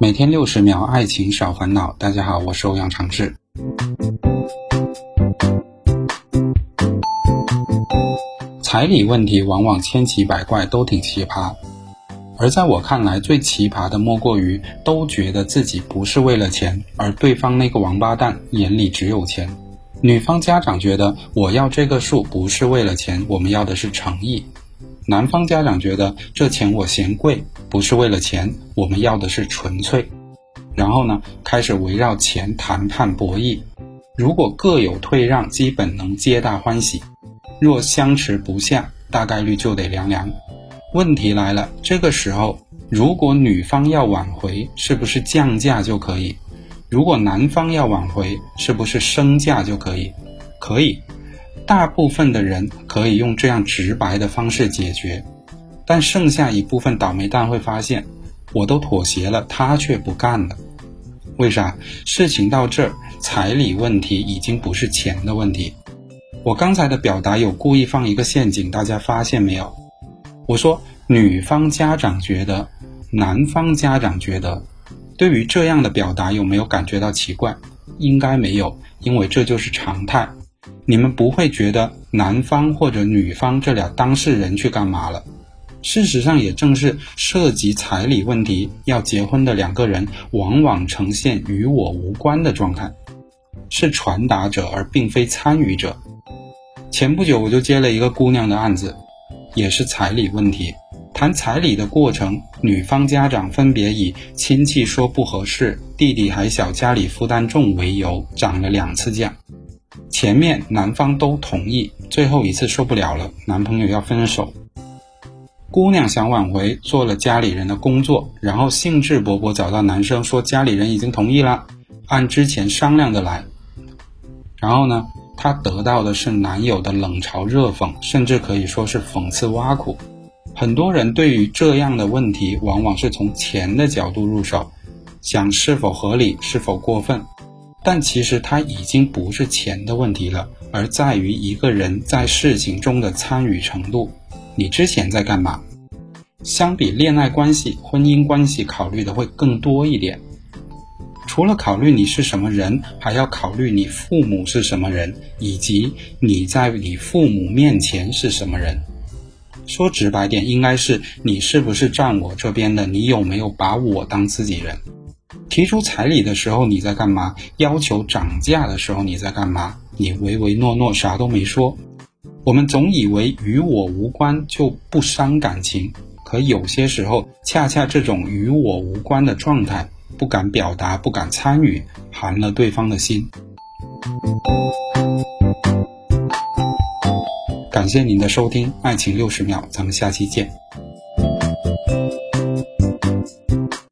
每天60秒，爱情少烦恼。大家好，我是欧阳长志。彩礼问题往往千奇百怪，都挺奇葩。而在我看来，最奇葩的莫过于都觉得自己不是为了钱，而对方那个王八蛋眼里只有钱。女方家长觉得我要这个数不是为了钱，我们要的是诚意。男方家长觉得这钱我嫌贵，不是为了钱，我们要的是纯粹。然后呢，开始围绕钱谈判博弈。如果各有退让，基本能皆大欢喜；若相持不下，大概率就得凉凉。问题来了，这个时候如果女方要挽回，是不是降价就可以？如果男方要挽回，是不是升价就可以？可以。大部分的人可以用这样直白的方式解决，但剩下一部分倒霉蛋会发现，我都妥协了，他却不干了。为啥？事情到这儿，彩礼问题已经不是钱的问题。我刚才的表达有故意放一个陷阱，大家发现没有？我说女方家长觉得，男方家长觉得。对于这样的表达有没有感觉到奇怪？应该没有，因为这就是常态。你们不会觉得男方或者女方这俩当事人去干嘛了。事实上也正是涉及彩礼问题要结婚的两个人往往呈现与我无关的状态，是传达者而并非参与者。前不久我就接了一个姑娘的案子，也是彩礼问题。谈彩礼的过程，女方家长分别以亲戚说不合适，弟弟还小，家里负担重为由，涨了2次价。前面男方都同意，最后一次受不了了，男朋友要分手。姑娘想挽回，做了家里人的工作，然后兴致勃勃找到男生说家里人已经同意了，按之前商量的来。然后呢，她得到的是男友的冷嘲热讽，甚至可以说是讽刺挖苦。很多人对于这样的问题往往是从钱的角度入手，想是否合理，是否过分。但其实它已经不是钱的问题了，而在于一个人在事情中的参与程度。你之前在干嘛？相比恋爱关系，婚姻关系考虑的会更多一点。除了考虑你是什么人，还要考虑你父母是什么人，以及你在你父母面前是什么人。说直白点，应该是你是不是站我这边的，你有没有把我当自己人。提出彩礼的时候你在干嘛？要求涨价的时候你在干嘛？你唯唯诺诺，啥都没说。我们总以为与我无关就不伤感情，可有些时候恰恰这种与我无关的状态，不敢表达，不敢参与，寒了对方的心。感谢您的收听，爱情60秒，咱们下期见。